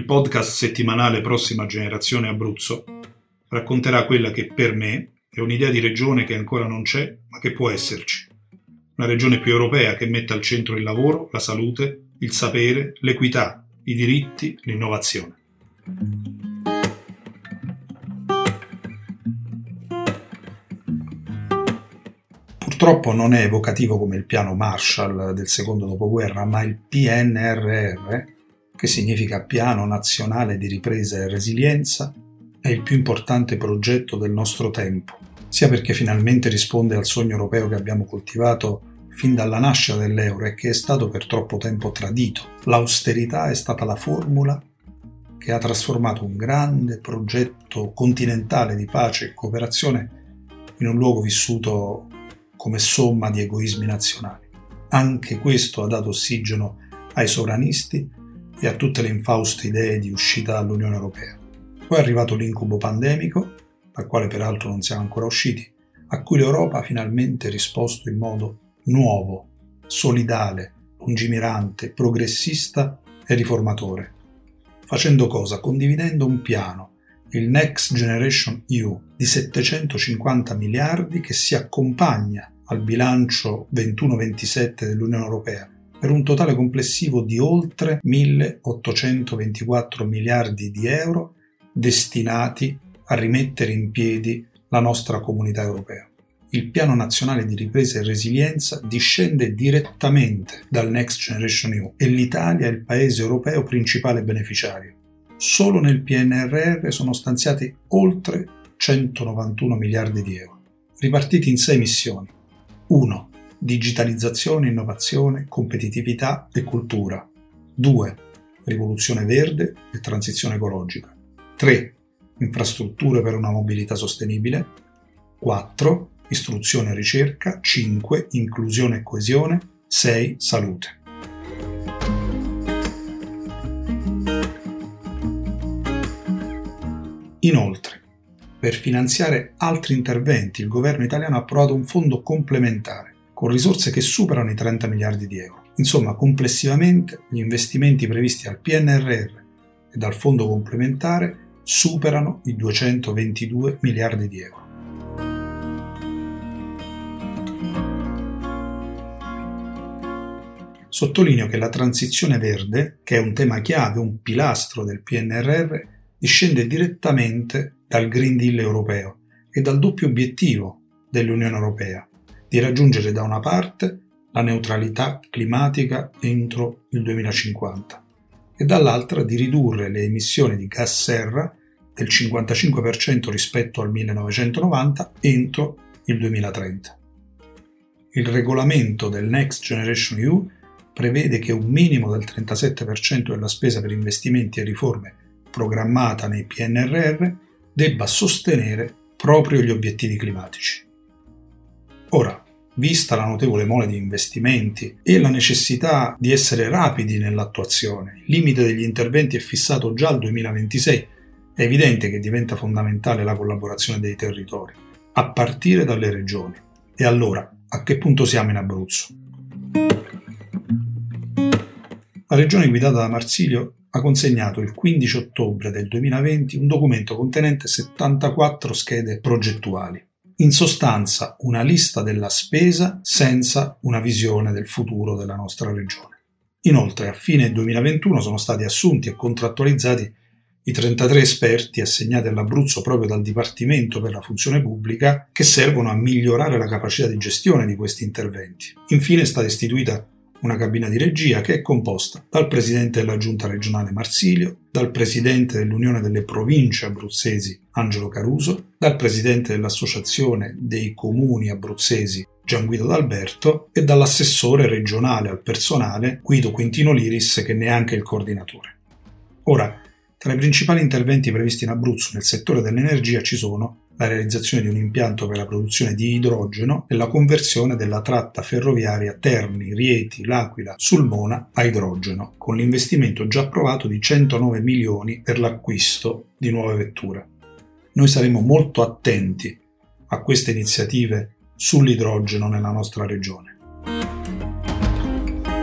Il podcast settimanale Prossima Generazione Abruzzo racconterà quella che per me è un'idea di regione che ancora non c'è, ma che può esserci. Una regione più europea che metta al centro il lavoro, la salute, il sapere, l'equità, i diritti, l'innovazione. Purtroppo non è evocativo come il piano Marshall del secondo dopoguerra, ma il PNRR, che significa Piano Nazionale di Ripresa e Resilienza, è il più importante progetto del nostro tempo, sia perché finalmente risponde al sogno europeo che abbiamo coltivato fin dalla nascita dell'euro e che è stato per troppo tempo tradito. L'austerità è stata la formula che ha trasformato un grande progetto continentale di pace e cooperazione in un luogo vissuto come somma di egoismi nazionali. Anche questo ha dato ossigeno ai sovranisti e a tutte le infauste idee di uscita dall'Unione Europea. Poi è arrivato l'incubo pandemico, dal quale peraltro non siamo ancora usciti, a cui l'Europa ha finalmente risposto in modo nuovo, solidale, lungimirante, progressista e riformatore. Facendo cosa? Condividendo un piano, il Next Generation EU, di 750 miliardi che si accompagna al bilancio 21-27 dell'Unione Europea per un totale complessivo di oltre 1.824 miliardi di euro destinati a rimettere in piedi la nostra comunità europea. Il Piano Nazionale di Ripresa e Resilienza discende direttamente dal Next Generation EU e l'Italia è il paese europeo principale beneficiario. Solo nel PNRR sono stanziati oltre 191 miliardi di euro, ripartiti in 6 missioni. 1. Digitalizzazione, innovazione, competitività e cultura. 2. Rivoluzione verde e transizione ecologica. 3. Infrastrutture per una mobilità sostenibile. 4. Istruzione e ricerca. 5. Inclusione e coesione. 6. Salute. Inoltre, per finanziare altri interventi, il governo italiano ha approvato un fondo complementare con risorse che superano i 30 miliardi di euro. Insomma, complessivamente gli investimenti previsti dal PNRR e dal fondo complementare superano i 222 miliardi di euro. Sottolineo che la transizione verde, che è un tema chiave, un pilastro del PNRR, discende direttamente dal Green Deal europeo e dal doppio obiettivo dell'Unione Europea di raggiungere da una parte la neutralità climatica entro il 2050 e dall'altra di ridurre le emissioni di gas serra del 55% rispetto al 1990 entro il 2030. Il regolamento del Next Generation EU prevede che un minimo del 37% della spesa per investimenti e riforme programmata nei PNRR debba sostenere proprio gli obiettivi climatici. Ora, vista la notevole mole di investimenti e la necessità di essere rapidi nell'attuazione, il limite degli interventi è fissato già al 2026, è evidente che diventa fondamentale la collaborazione dei territori, a partire dalle regioni. E allora, a che punto siamo in Abruzzo? La regione guidata da Marsilio ha consegnato il 15 ottobre del 2020 un documento contenente 74 schede progettuali. In sostanza, una lista della spesa senza una visione del futuro della nostra regione. Inoltre, a fine 2021 sono stati assunti e contrattualizzati i 33 esperti assegnati all'Abruzzo proprio dal Dipartimento per la Funzione Pubblica che servono a migliorare la capacità di gestione di questi interventi. Infine è stata istituita una cabina di regia che è composta dal presidente della giunta regionale Marsilio, dal presidente dell'Unione delle Province Abruzzesi Angelo Caruso, dal presidente dell'Associazione dei Comuni Abruzzesi Gian Guido D'Alberto e dall'assessore regionale al personale Guido Quintino Liris, che ne è anche il coordinatore. Ora, tra i principali interventi previsti in Abruzzo nel settore dell'energia ci sono la realizzazione di un impianto per la produzione di idrogeno e la conversione della tratta ferroviaria Terni-Rieti-L'Aquila-Sulmona a idrogeno, con l'investimento già approvato di 109 milioni per l'acquisto di nuove vetture. Noi saremo molto attenti a queste iniziative sull'idrogeno nella nostra regione.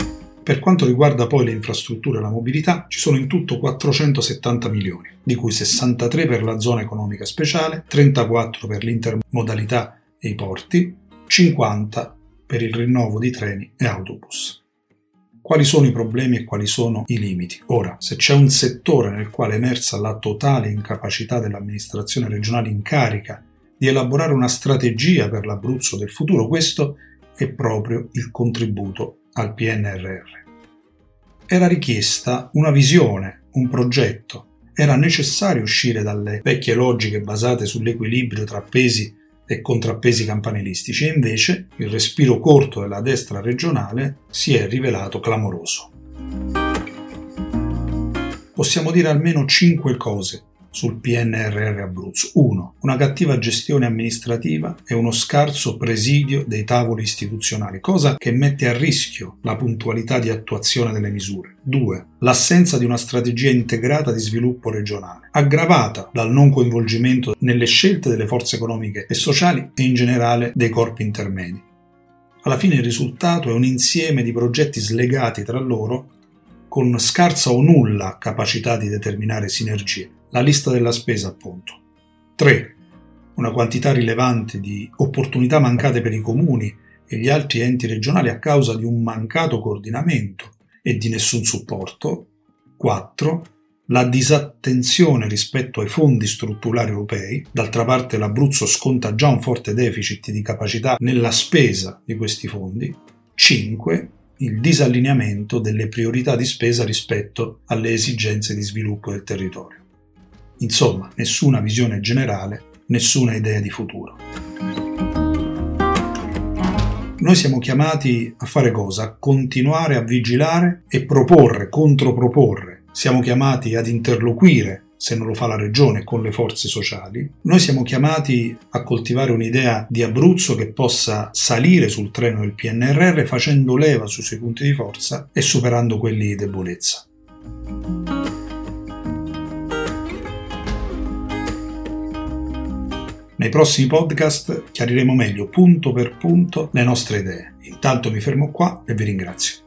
Per quanto riguarda poi le infrastrutture e la mobilità, ci sono in tutto 470 milioni, di cui 63 per la zona economica speciale, 34 per l'intermodalità e i porti, 50 per il rinnovo di treni e autobus. Quali sono i problemi e quali sono i limiti? Ora, se c'è un settore nel quale è emersa la totale incapacità dell'amministrazione regionale in carica di elaborare una strategia per l'Abruzzo del futuro, questo è proprio il contributo al PNRR. Era richiesta una visione, un progetto. Era necessario uscire dalle vecchie logiche basate sull'equilibrio tra pesi e contrappesi campanilistici, e invece il respiro corto della destra regionale si è rivelato clamoroso. Possiamo dire almeno 5 cose sul PNRR Abruzzo. 1. Una cattiva gestione amministrativa e uno scarso presidio dei tavoli istituzionali, cosa che mette a rischio la puntualità di attuazione delle misure. 2. L'assenza di una strategia integrata di sviluppo regionale, aggravata dal non coinvolgimento nelle scelte delle forze economiche e sociali e in generale dei corpi intermedi. Alla fine il risultato è un insieme di progetti slegati tra loro con scarsa o nulla capacità di determinare sinergie. La lista della spesa, appunto. 3. Una quantità rilevante di opportunità mancate per i comuni e gli altri enti regionali a causa di un mancato coordinamento e di nessun supporto. 4. La disattenzione rispetto ai fondi strutturali europei. D'altra parte l'Abruzzo sconta già un forte deficit di capacità nella spesa di questi fondi. 5. Il disallineamento delle priorità di spesa rispetto alle esigenze di sviluppo del territorio. Insomma, nessuna visione generale, nessuna idea di futuro. Noi siamo chiamati a fare cosa? A continuare a vigilare e proporre, controproporre. Siamo chiamati ad interloquire, se non lo fa la Regione, con le forze sociali. Noi siamo chiamati a coltivare un'idea di Abruzzo che possa salire sul treno del PNRR facendo leva sui suoi punti di forza e superando quelli di debolezza. Nei prossimi podcast chiariremo meglio punto per punto le nostre idee. Intanto mi fermo qua e vi ringrazio.